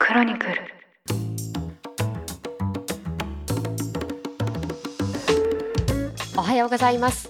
クロニクル。 おはようございます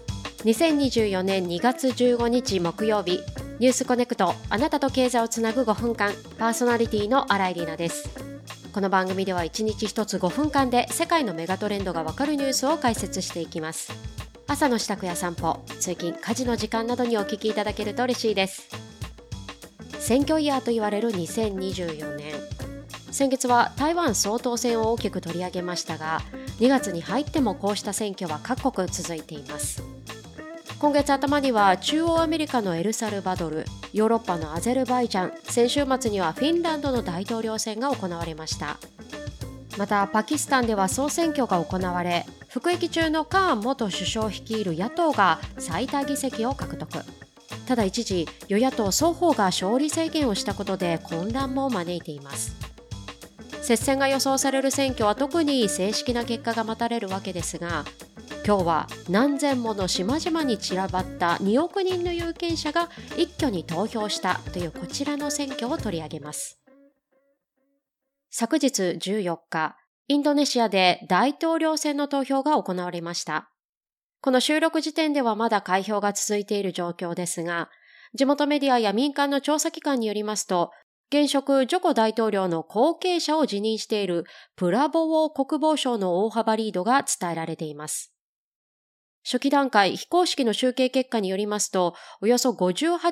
。2024年2月15日木曜日、ニュースコネクト、あなたと経済をつなぐ5分間、パーソナリティの新井里奈です。この番組では1日1つ5分間で世界のメガトレンドがわかるニュースを解説していきます。朝の支度や散歩、通勤、家事の時間などにお聞きいただけると嬉しいです。選挙イヤーと言われる2024年。先月は台湾総統選を大きく取り上げましたが、2月に入ってもこうした選挙は各国続いています。今月頭には中央アメリカのエルサルバドル、ヨーロッパのアゼルバイジャン、先週末にはフィンランドの大統領選が行われました。またパキスタンでは総選挙が行われ、服役中のカーン元首相率いる野党が最多議席を獲得。ただ一時、与野党双方が勝利宣言をしたことで混乱も招いています。接戦が予想される選挙は特に正式な結果が待たれるわけですが、今日は何千もの島々に散らばった2億人の有権者が一挙に投票したというこちらの選挙を取り上げます。昨日14日、インドネシアで大統領選の投票が行われました。この収録時点ではまだ開票が続いている状況ですが、地元メディアや民間の調査機関によりますと、現職ジョコ大統領の後継者を辞任しているプラボウ国防相の大幅リードが伝えられています。初期段階非公式の集計結果によりますと、およそ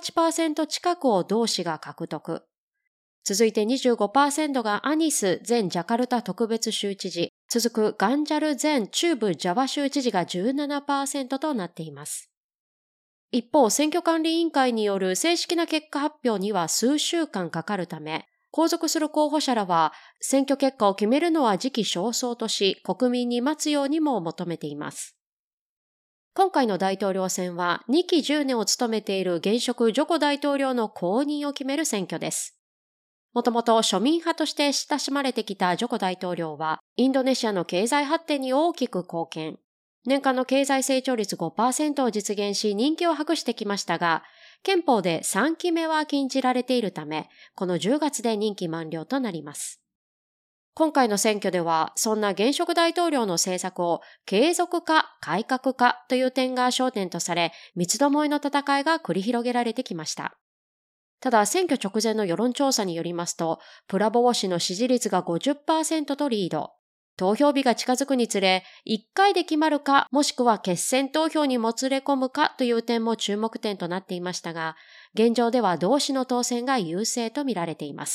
58% 近くを同氏が獲得。続いて 25% がアニス前ジャカルタ特別州知事、続くガンジャル前中部ジャワ州知事が 17% となっています。一方、選挙管理委員会による正式な結果発表には数週間かかるため、後続する候補者らは選挙結果を決めるのは時期尚早とし、国民に待つようにも求めています。今回の大統領選は2期10年を務めている現職ジョコ大統領の後任を決める選挙です。もともと庶民派として親しまれてきたジョコ大統領は、インドネシアの経済発展に大きく貢献。年間の経済成長率 5% を実現し人気を博してきましたが、憲法で3期目は禁じられているため、この10月で任期満了となります。今回の選挙では、そんな現職大統領の政策を継続か改革かという点が焦点とされ、三つどもえの戦いが繰り広げられてきました。ただ、選挙直前の世論調査によりますと、プラボウ氏の支持率が 50% とリード。投票日が近づくにつれ、1回で決まるか、もしくは決選投票にもつれ込むかという点も注目点となっていましたが、現状では同氏の当選が優勢と見られています。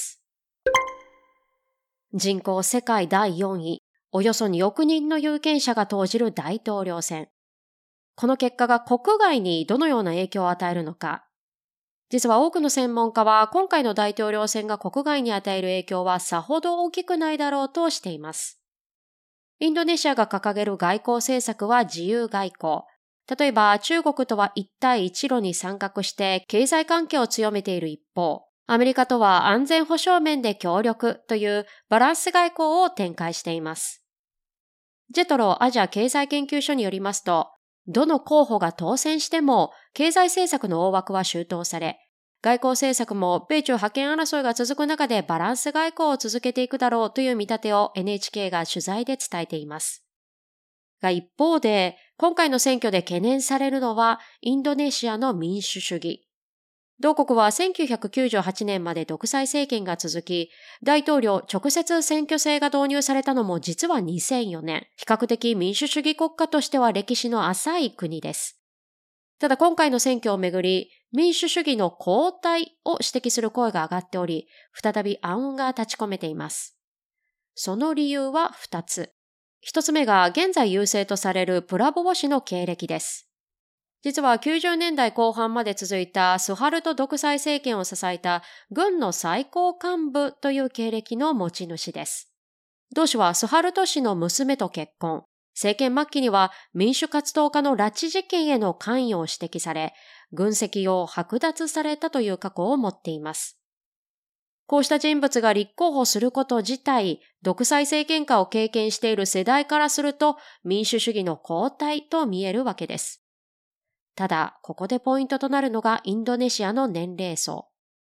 人口世界第4位、およそ2億人の有権者が投じる大統領選。この結果が国外にどのような影響を与えるのか。実は多くの専門家は今回の大統領選が国外に与える影響はさほど大きくないだろうとしています。インドネシアが掲げる外交政策は自由外交。例えば中国とは一帯一路に参画して経済関係を強めている一方、アメリカとは安全保障面で協力というバランス外交を展開しています。ジェトロアジア経済研究所によりますと、どの候補が当選しても経済政策の大枠は周到され、外交政策も米中覇権争いが続く中でバランス外交を続けていくだろうという見立てを NHK が取材で伝えています。が一方で、今回の選挙で懸念されるのはインドネシアの民主主義。同国は1998年まで独裁政権が続き、大統領直接選挙制が導入されたのも実は2004年。比較的民主主義国家としては歴史の浅い国です。ただ今回の選挙をめぐり、民主主義の後退を指摘する声が上がっており、再び暗雲が立ち込めています。その理由は2つ。1つ目が現在優勢とされるプラボウ氏の経歴です。実は90年代後半まで続いたスハルト独裁政権を支えた軍の最高幹部という経歴の持ち主です。同氏はスハルト氏の娘と結婚。政権末期には民主活動家の拉致事件への関与を指摘され、軍籍を剥奪されたという過去を持っています。こうした人物が立候補すること自体、独裁政権下を経験している世代からすると民主主義の後退と見えるわけです。ただ、ここでポイントとなるのがインドネシアの年齢層。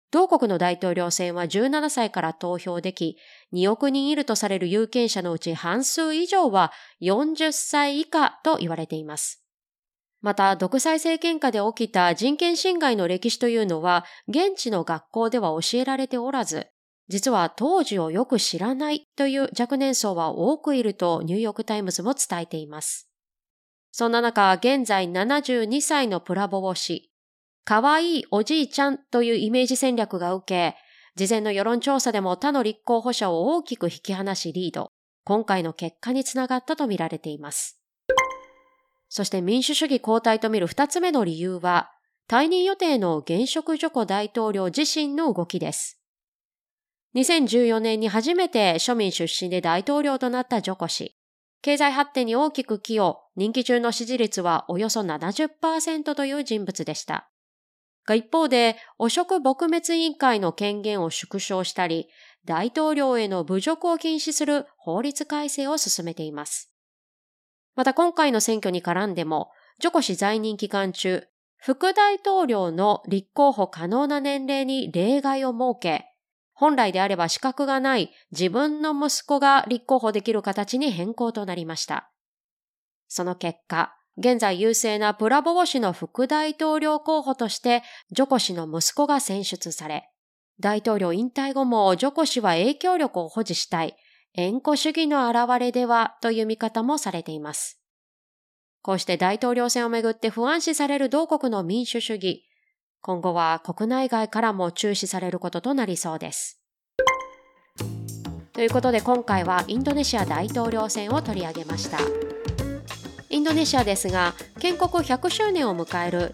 同国の大統領選は17歳から投票でき、2億人いるとされる有権者のうち半数以上は40歳以下と言われています。また、独裁政権下で起きた人権侵害の歴史というのは、現地の学校では教えられておらず、実は当時をよく知らないという若年層は多くいるとニューヨークタイムズも伝えています。そんな中、現在72歳のプラボボ氏、かわいいおじいちゃんというイメージ戦略が受け、事前の世論調査でも他の立候補者を大きく引き離しリード、今回の結果につながったと見られています。そして民主主義後退と見る2つ目の理由は、退任予定の現職ジョコ大統領自身の動きです。2014年に初めて庶民出身で大統領となったジョコ氏。経済発展に大きく寄与、任期中の支持率はおよそ 70% という人物でした。が一方で、汚職撲滅委員会の権限を縮小したり、大統領への侮辱を禁止する法律改正を進めています。また今回の選挙に絡んでも、ジョコ氏在任期間中、副大統領の立候補可能な年齢に例外を設け、本来であれば資格がない自分の息子が立候補できる形に変更となりました。その結果、現在優勢なプラボボ氏の副大統領候補としてジョコ氏の息子が選出され、大統領引退後もジョコ氏は影響力を保持したい、縁故主義の表れではという見方もされています。こうして大統領選をめぐって不安視される同国の民主主義、今後は国内外からも注視されることとなりそうです。ということで今回はインドネシア大統領選を取り上げました。インドネシアですが、建国100周年を迎える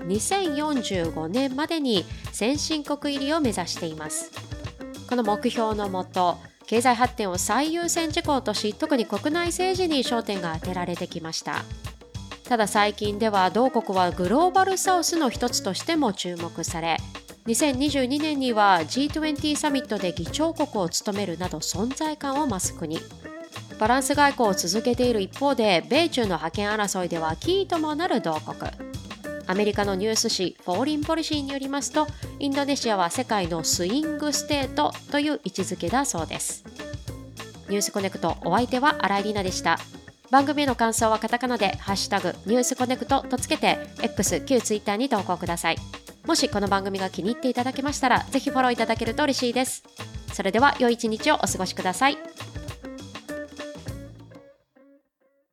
2045年までに先進国入りを目指しています。この目標のもと、経済発展を最優先事項とし、特に国内政治に焦点が当てられてきました。ただ最近では同国はグローバルサウスの一つとしても注目され、2022年には G20 サミットで議長国を務めるなど存在感を増す国。バランス外交を続けている一方で、米中の覇権争いではキーともなる同国。アメリカのニュース誌フォーリンポリシーによりますと、インドネシアは世界のスイングステートという位置づけだそうです。ニュースコネクト、お相手は新井里奈でした。番組への感想はカタカナでハッシュタグニュースコネクトとつけて X、旧 Twitter に投稿ください。もしこの番組が気に入っていただけましたら、ぜひフォローいただけると嬉しいです。それでは良い一日をお過ごしください。